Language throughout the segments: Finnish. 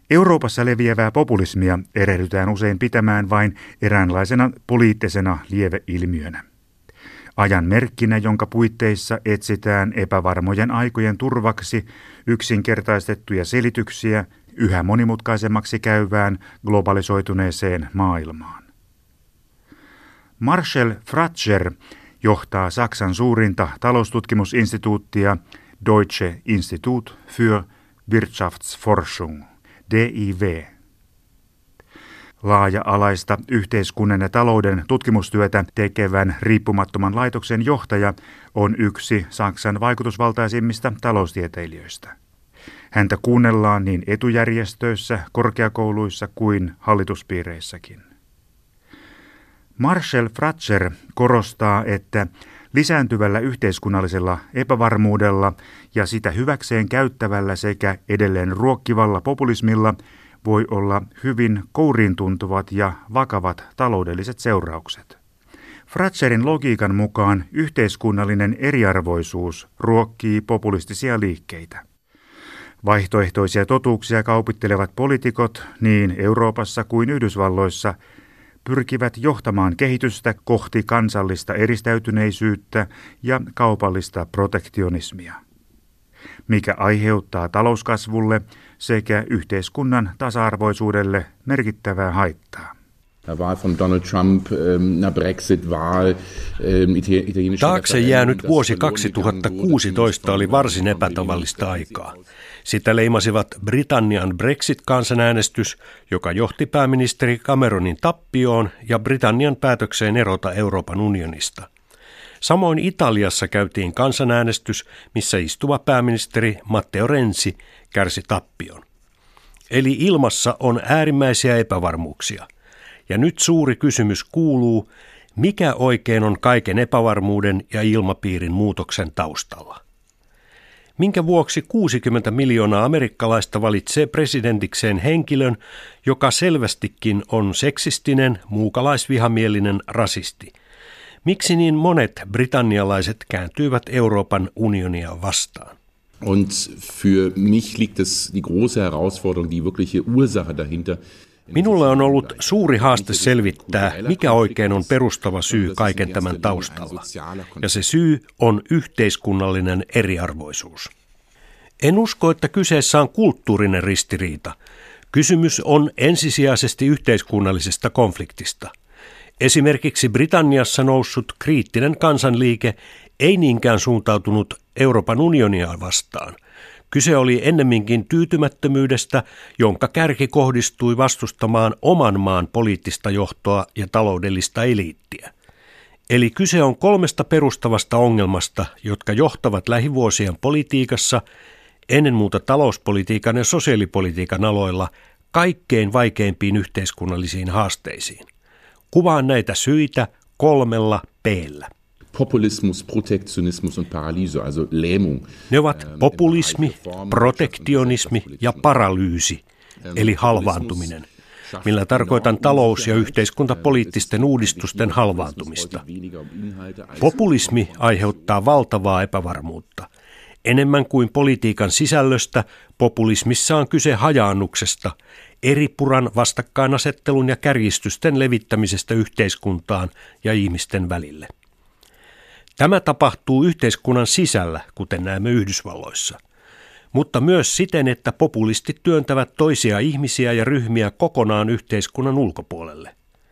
Euroopassa leviävää populismia erehdytään usein pitämään vain eräänlaisena poliittisena lieveilmiönä. Ajan merkkinä, jonka puitteissa etsitään epävarmojen aikojen turvaksi yksinkertaistettuja selityksiä yhä monimutkaisemmaksi käyvään globalisoituneeseen maailmaan. Marcel Fratscher johtaa Saksan suurinta taloustutkimusinstituuttia Deutsche Institut für Wirtschaftsforschung, DIW. Laaja-alaista yhteiskunnan ja talouden tutkimustyötä tekevän riippumattoman laitoksen johtaja on yksi Saksan vaikutusvaltaisimmista taloustieteilijöistä. Häntä kuunnellaan niin etujärjestöissä, korkeakouluissa kuin hallituspiireissäkin. Marcel Fratscher korostaa, että lisääntyvällä yhteiskunnallisella epävarmuudella ja sitä hyväkseen käyttävällä sekä edelleen ruokkivalla populismilla voi olla hyvin kouriintuntuvat ja vakavat taloudelliset seuraukset. Fratscherin logiikan mukaan yhteiskunnallinen eriarvoisuus ruokkii populistisia liikkeitä. Vaihtoehtoisia totuuksia kaupittelevat poliitikot niin Euroopassa kuin Yhdysvalloissa pyrkivät johtamaan kehitystä kohti kansallista eristäytyneisyyttä ja kaupallista protektionismia, mikä aiheuttaa talouskasvulle sekä yhteiskunnan tasa-arvoisuudelle merkittävää haittaa. Taakse jäänyt vuosi 2016 oli varsin epätavallista aikaa. Sitä leimasivat Britannian Brexit-kansanäänestys, joka johti pääministeri Cameronin tappioon, ja Britannian päätökseen erota Euroopan unionista. Samoin Italiassa käytiin kansanäänestys, missä istuva pääministeri Matteo Renzi kärsi tappion. Eli ilmassa on äärimmäisiä epävarmuuksia. Ja nyt suuri kysymys kuuluu, mikä oikein on kaiken epävarmuuden ja ilmapiirin muutoksen taustalla? Minkä vuoksi 60 miljoonaa amerikkalaista valitsee presidentikseen henkilön, joka selvästikin on seksistinen, muukalaisvihamielinen rasisti? Miksi niin monet britannialaiset kääntyivät Euroopan unionia vastaan? Und für mich liegt es die große Herausforderung, die wirkliche Ursache dahinter. Minulle on ollut suuri haaste selvittää, mikä oikein on perustava syy kaiken tämän taustalla. Ja se syy on yhteiskunnallinen eriarvoisuus. En usko, että kyseessä on kulttuurinen ristiriita. Kysymys on ensisijaisesti yhteiskunnallisesta konfliktista. Esimerkiksi Britanniassa noussut kriittinen kansanliike ei niinkään suuntautunut Euroopan unionia vastaan. Kyse oli ennemminkin tyytymättömyydestä, jonka kärki kohdistui vastustamaan oman maan poliittista johtoa ja taloudellista eliittiä. Eli kyse on kolmesta perustavasta ongelmasta, jotka johtavat lähivuosien politiikassa, ennen muuta talouspolitiikan ja sosiaalipolitiikan aloilla, kaikkein vaikeimpiin yhteiskunnallisiin haasteisiin. Kuvaan näitä syitä 3 P:llä. Populismus, Protektionismus und Paralyse, also Lähmung. Ne ovat populismi, protektionismi ja paralyysi, eli halvaantuminen, millä tarkoitan talous- ja yhteiskuntapoliittisten uudistusten halvaantumista. Populismi aiheuttaa valtavaa epävarmuutta. Enemmän kuin politiikan sisällöstä, populismissa on kyse hajaannuksesta, eripuran vastakkainasettelun ja kärjistysten levittämisestä yhteiskuntaan ja ihmisten välille. Tämä tapahtuu yhteiskunnan sisällä, kuten näemme Yhdysvalloissa, mutta myös siten, että populistit työntävät toisia ihmisiä ja ryhmiä kokonaan yhteiskunnan ulkopuolelle.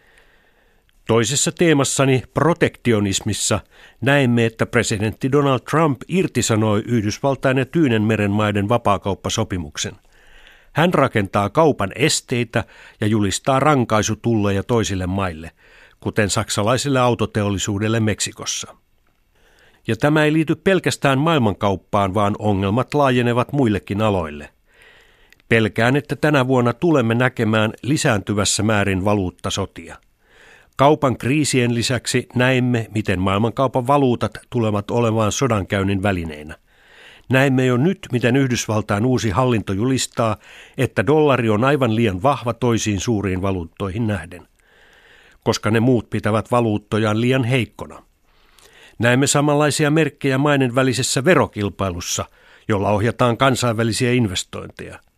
Toisessa teemassani, protektionismissa, näemme, että presidentti Donald Trump irtisanoi Yhdysvaltain ja Tyynenmeren maiden vapaakauppasopimuksen. Hän rakentaa kaupan esteitä ja julistaa rankaisutulleja toisille maille, kuten saksalaiselle autoteollisuudelle Meksikossa. Ja tämä ei liity pelkästään maailmankauppaan, vaan ongelmat laajenevat muillekin aloille. Pelkään, että tänä vuonna tulemme näkemään lisääntyvässä määrin valuuttasotia. Kaupan kriisien lisäksi näemme, miten maailmankaupan valuutat tulevat olemaan sodankäynnin välineinä. Näemme jo nyt, miten Yhdysvaltain uusi hallinto julistaa, että dollari on aivan liian vahva toisiin suuriin valuuttoihin nähden, koska ne muut pitävät valuuttojaan liian heikkona. Näemme samanlaisia merkkejä maiden välisessä verokilpailussa, jolla ohjataan kansainvälisiä investointeja.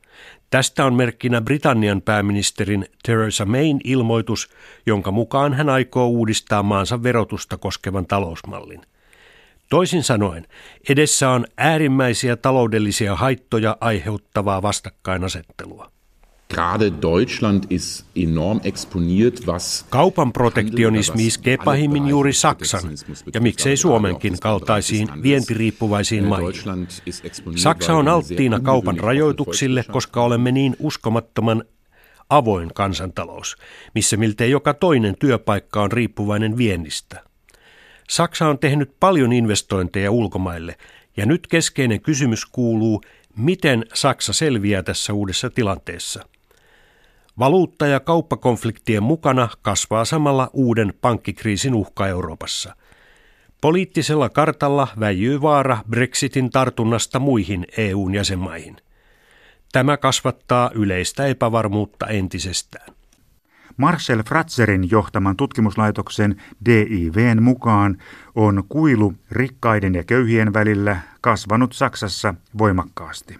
Tästä on merkkinä Britannian pääministerin Theresa Mayn ilmoitus, jonka mukaan hän aikoo uudistaa maansa verotusta koskevan talousmallin. Toisin sanoen, edessä on äärimmäisiä taloudellisia haittoja aiheuttavaa vastakkainasettelua. Gerade Deutschland ist enorm exponiert, was kaupan protektionismi iskee pahimmin juuri Saksan ja miksei Suomenkin kaltaisiin vientiriippuvaisiin maihin. Saksa on alttiina kaupan rajoituksille, koska olemme niin uskomattoman avoin kansantalous, missä miltei joka toinen työpaikka on riippuvainen viennistä. Saksa on tehnyt paljon investointeja ulkomaille ja nyt keskeinen kysymys kuuluu, miten Saksa selviää tässä uudessa tilanteessa. Valuutta- ja kauppakonfliktien mukana kasvaa samalla uuden pankkikriisin uhka Euroopassa. Poliittisella kartalla väijyy vaara Brexitin tartunnasta muihin EU:n jäsenmaihin. Tämä kasvattaa yleistä epävarmuutta entisestään. Marcel Fratzerin johtaman tutkimuslaitoksen DIV:n mukaan on kuilu rikkaiden ja köyhien välillä kasvanut Saksassa voimakkaasti.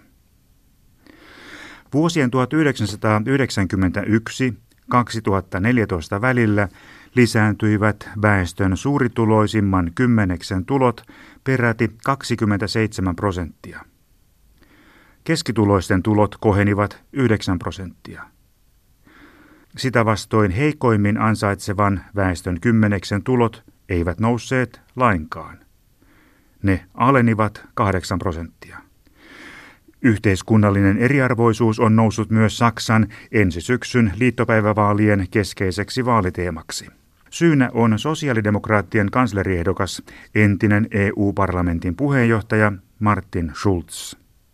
Vuosien 1991–2014 välillä lisääntyivät väestön suurituloisimman 10 tulot peräti 27%. Keskituloisten tulot kohenivat 9%. Sitä vastoin heikoimmin ansaitsevan väestön 10 tulot eivät nousseet lainkaan. Ne alenivat 8%. Yhteiskunnallinen eriarvoisuus on noussut myös Saksan ensi syksyn liittopäivävaalien keskeiseksi vaaliteemaksi. Syynä on sosiaalidemokraattien kansleriehdokas, entinen EU-parlamentin puheenjohtaja Martin Schulz.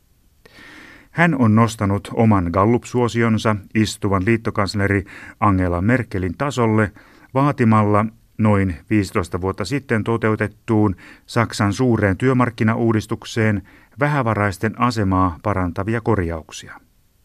Hän on nostanut oman Gallup-suosionsa istuvan liittokansleri Angela Merkelin tasolle vaatimalla noin 15 vuotta sitten toteutettuun Saksan suureen työmarkkinauudistukseen vähävaraisten asemaa parantavia korjauksia.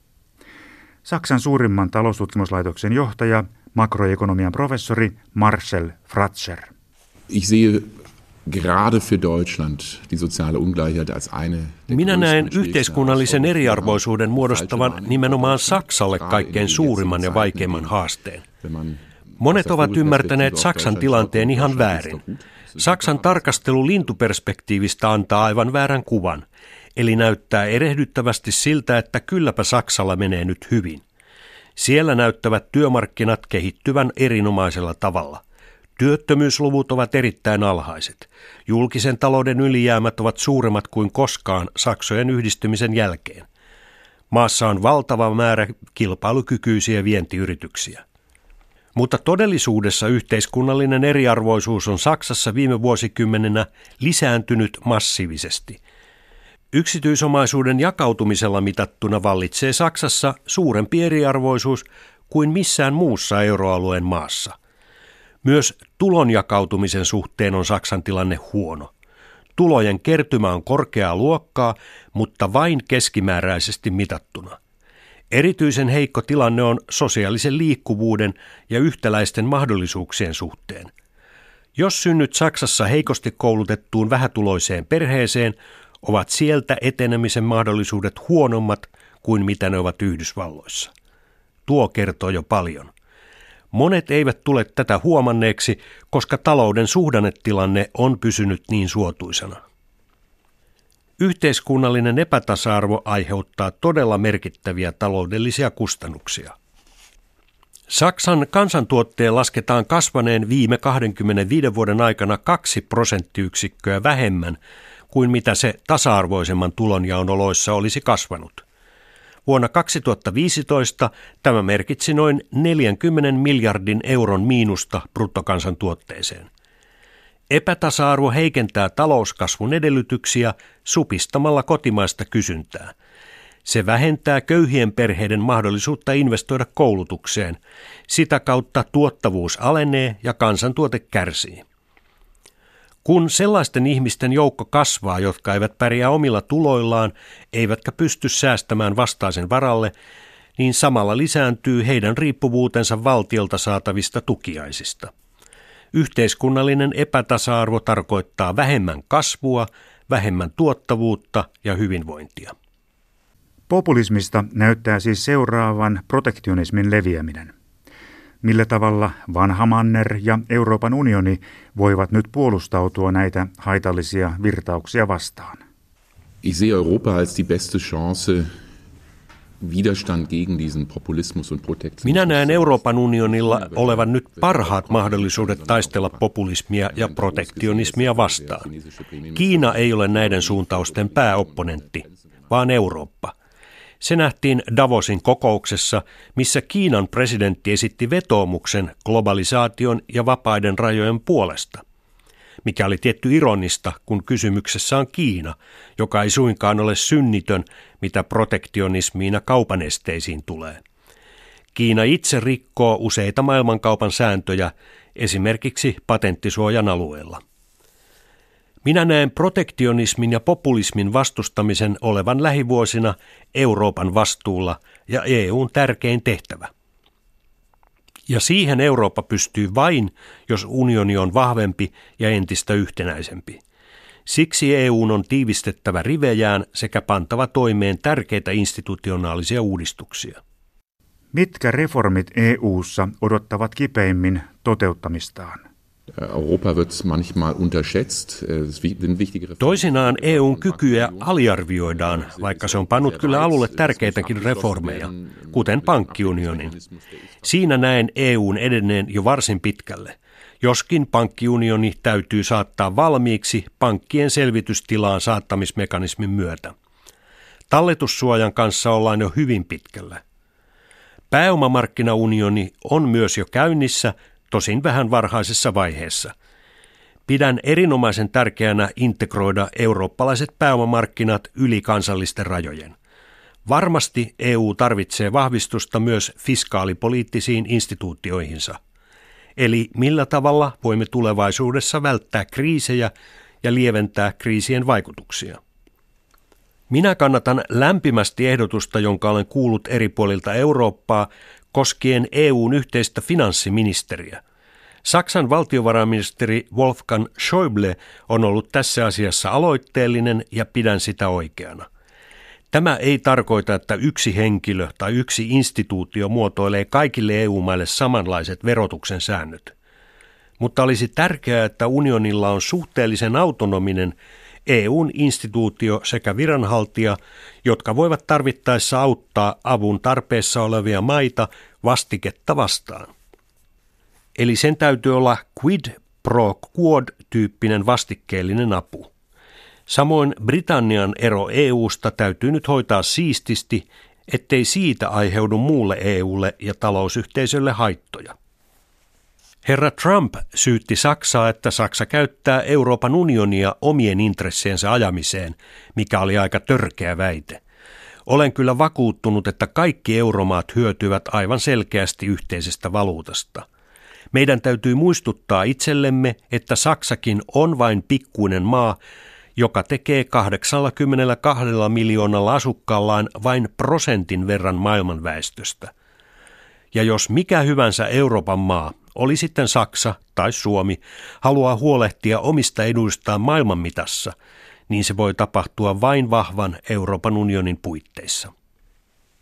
Saksan suurimman taloustutkimuslaitoksen johtaja, makroekonomian professori Marcel Fratzer. Ich sehe gerade für Deutschland die soziale Ungleichheit als eine der Minä näen größten yhteiskunnallisen eriarvoisuuden muodostavan nimenomaan Saksalle kaikkein suurimman ja vaikeimman haasteen. Monet ovat ymmärtäneet Saksan tilanteen ihan väärin. Saksan tarkastelu lintuperspektiivistä antaa aivan väärän kuvan, eli näyttää erehdyttävästi siltä, että kylläpä Saksalla menee nyt hyvin. Siellä näyttävät työmarkkinat kehittyvän erinomaisella tavalla. Työttömyysluvut ovat erittäin alhaiset. Julkisen talouden ylijäämät ovat suuremmat kuin koskaan Saksojen yhdistymisen jälkeen. Maassa on valtava määrä kilpailukykyisiä vientiyrityksiä. Mutta todellisuudessa yhteiskunnallinen eriarvoisuus on Saksassa viime vuosikymmenenä lisääntynyt massiivisesti. Yksityisomaisuuden jakautumisella mitattuna vallitsee Saksassa suurempi eriarvoisuus kuin missään muussa euroalueen maassa. Myös tulon jakautumisen suhteen on Saksan tilanne huono. Tulojen kertymä on korkeaa luokkaa, mutta vain keskimääräisesti mitattuna. Erityisen heikko tilanne on sosiaalisen liikkuvuuden ja yhtäläisten mahdollisuuksien suhteen. Jos synnyt Saksassa heikosti koulutettuun vähätuloiseen perheeseen, ovat sieltä etenemisen mahdollisuudet huonommat kuin mitä ne ovat Yhdysvalloissa. Tuo kertoo jo paljon. Monet eivät tule tätä huomanneeksi, koska talouden suhdannetilanne on pysynyt niin suotuisana. Yhteiskunnallinen epätasa-arvo aiheuttaa todella merkittäviä taloudellisia kustannuksia. Saksan kansantuotteen lasketaan kasvaneen viime 25 vuoden aikana 2 prosenttiyksikköä vähemmän kuin mitä se tasa-arvoisemman tulonjaon oloissa olisi kasvanut. Vuonna 2015 tämä merkitsi noin 40 miljardin euron miinusta bruttokansantuotteeseen. Epätasa-arvo heikentää talouskasvun edellytyksiä supistamalla kotimaista kysyntää. Se vähentää köyhien perheiden mahdollisuutta investoida koulutukseen. Sitä kautta tuottavuus alenee ja kansantuote kärsii. Kun sellaisten ihmisten joukko kasvaa, jotka eivät pärjää omilla tuloillaan, eivätkä pysty säästämään vastaisen varalle, niin samalla lisääntyy heidän riippuvuutensa valtiolta saatavista tukiaisista. Yhteiskunnallinen epätasa-arvo tarkoittaa vähemmän kasvua, vähemmän tuottavuutta ja hyvinvointia. Populismista näyttää siis seuraavan protektionismin leviäminen. Millä tavalla vanha manner ja Euroopan unioni voivat nyt puolustautua näitä haitallisia virtauksia vastaan? Ich sehe Europa als die beste Chance, Widerstand gegen diesen Populismus und Protektionismus. Minä näen Euroopan unionilla olevan nyt parhaat mahdollisuudet taistella populismia ja protektionismia vastaan. Kiina ei ole näiden suuntausten pääopponentti, vaan Eurooppa. Se nähtiin Davosin kokouksessa, missä Kiinan presidentti esitti vetoomuksen globalisaation ja vapaiden rajojen puolesta, mikä oli tietty ironista, kun kysymyksessä on Kiina, joka ei suinkaan ole synnitön, mitä protektionismiin ja kaupan esteisiin tulee. Kiina itse rikkoo useita maailmankaupan sääntöjä, esimerkiksi patenttisuojan alueella. Minä näen protektionismin ja populismin vastustamisen olevan lähivuosina Euroopan vastuulla ja EU:n tärkein tehtävä. Ja siihen Eurooppa pystyy vain, jos unioni on vahvempi ja entistä yhtenäisempi. Siksi EU:n on tiivistettävä rivejään sekä pantava toimeen tärkeitä institutionaalisia uudistuksia. Mitkä reformit EU:ssa odottavat kipeimmin toteuttamistaan? Europa wird manchmal unterschätzt. Toisinaan EUn kykyä aliarvioidaan, vaikka se on pannut kyllä alulle tärkeitäkin reformeja, kuten pankkiunionin. Siinä näen EUn edenneen jo varsin pitkälle. Joskin pankkiunioni täytyy saattaa valmiiksi pankkien selvitystilaan saattamismekanismin myötä. Talletussuojan kanssa ollaan jo hyvin pitkällä. Pääomamarkkinaunioni on myös jo käynnissä, tosin vähän varhaisessa vaiheessa. Pidän erinomaisen tärkeänä integroida eurooppalaiset pääomamarkkinat yli kansallisten rajojen. Varmasti EU tarvitsee vahvistusta myös fiskaalipoliittisiin instituutioihinsa. Eli millä tavalla voimme tulevaisuudessa välttää kriisejä ja lieventää kriisien vaikutuksia. Minä kannatan lämpimästi ehdotusta, jonka olen kuullut eri puolilta Eurooppaa, koskien EUn yhteistä finanssiministeriä. Saksan valtiovarainministeri Wolfgang Schäuble on ollut tässä asiassa aloitteellinen ja pidän sitä oikeana. Tämä ei tarkoita, että yksi henkilö tai yksi instituutio muotoilee kaikille EU-maille samanlaiset verotuksen säännöt. Mutta olisi tärkeää, että unionilla on suhteellisen autonominen EUn instituutio sekä viranhaltija, jotka voivat tarvittaessa auttaa avun tarpeessa olevia maita vastiketta vastaan. Eli sen täytyy olla quid pro quod-tyyppinen vastikkeellinen apu. Samoin Britannian ero EUsta täytyy nyt hoitaa siististi, ettei siitä aiheudu muulle EUlle ja talousyhteisölle haittoja. Herra Trump syytti Saksaa, että Saksa käyttää Euroopan unionia omien intressiensä ajamiseen, mikä oli aika törkeä väite. Olen kyllä vakuuttunut, että kaikki euromaat hyötyvät aivan selkeästi yhteisestä valuutasta. Meidän täytyy muistuttaa itsellemme, että Saksakin on vain pikkuinen maa, joka tekee 82 miljoonalla asukkaallaan vain prosentin verran maailman väestöstä. Ja jos mikä hyvänsä Euroopan maa, oli sitten Saksa tai Suomi, haluaa huolehtia omista eduistaan maailman mitassa, niin se voi tapahtua vain vahvan Euroopan unionin puitteissa.